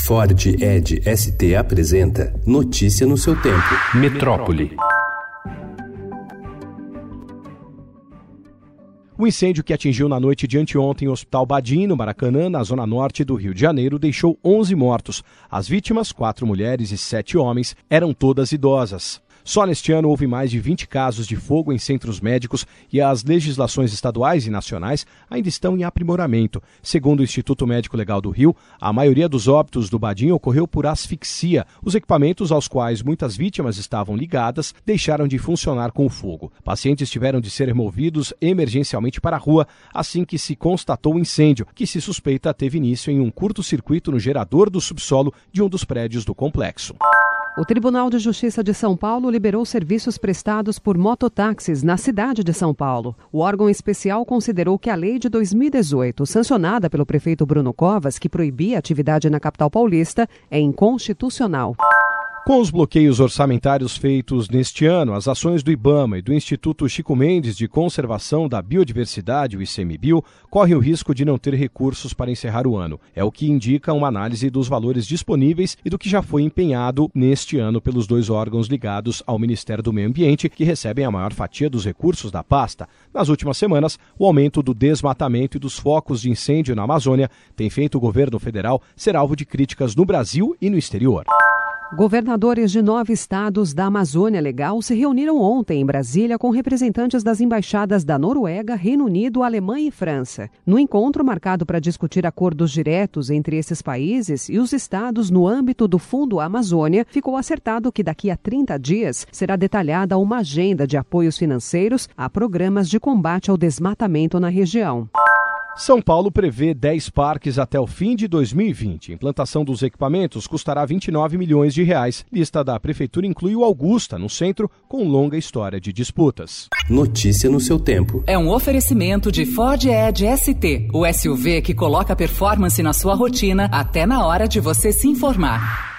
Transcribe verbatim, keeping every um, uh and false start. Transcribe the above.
Ford Edge S T apresenta Notícia no seu tempo. Metrópole. O incêndio que atingiu na noite de anteontem o Hospital Badim, no Maracanã, na zona norte do Rio de Janeiro, deixou onze mortos. As vítimas, quatro mulheres e sete homens, eram todas idosas. Só neste ano houve mais de vinte casos de fogo em centros médicos e as legislações estaduais e nacionais ainda estão em aprimoramento. Segundo o Instituto Médico Legal do Rio, a maioria dos óbitos do Badim ocorreu por asfixia. Os equipamentos aos quais muitas vítimas estavam ligadas deixaram de funcionar com o fogo. Pacientes tiveram de ser removidos emergencialmente para a rua assim que se constatou o incêndio, que se suspeita teve início em um curto-circuito no gerador do subsolo de um dos prédios do complexo. O Tribunal de Justiça de São Paulo liberou serviços prestados por mototáxis na cidade de São Paulo. O órgão especial considerou que a lei de dois mil e dezoito, sancionada pelo prefeito Bruno Covas, que proibia a atividade na capital paulista, é inconstitucional. Com os bloqueios orçamentários feitos neste ano, as ações do IBAMA e do Instituto Chico Mendes de Conservação da Biodiversidade, o ICMBio, correm o risco de não ter recursos para encerrar o ano. É o que indica uma análise dos valores disponíveis e do que já foi empenhado neste ano pelos dois órgãos ligados ao Ministério do Meio Ambiente, que recebem a maior fatia dos recursos da pasta. Nas últimas semanas, o aumento do desmatamento e dos focos de incêndio na Amazônia tem feito o governo federal ser alvo de críticas no Brasil e no exterior. Governadores de nove estados da Amazônia Legal se reuniram ontem em Brasília com representantes das embaixadas da Noruega, Reino Unido, Alemanha e França. No encontro marcado para discutir acordos diretos entre esses países e os estados no âmbito do Fundo Amazônia, ficou acertado que daqui a trinta dias será detalhada uma agenda de apoios financeiros a programas de combate ao desmatamento na região. São Paulo prevê dez parques até o fim de dois mil e vinte. A implantação dos equipamentos custará vinte e nove milhões de reais. Lista da Prefeitura inclui o Augusta, no centro, com longa história de disputas. Notícia no seu tempo. É um oferecimento de Ford Edge S T, o S U V que coloca performance na sua rotina até na hora de você se informar.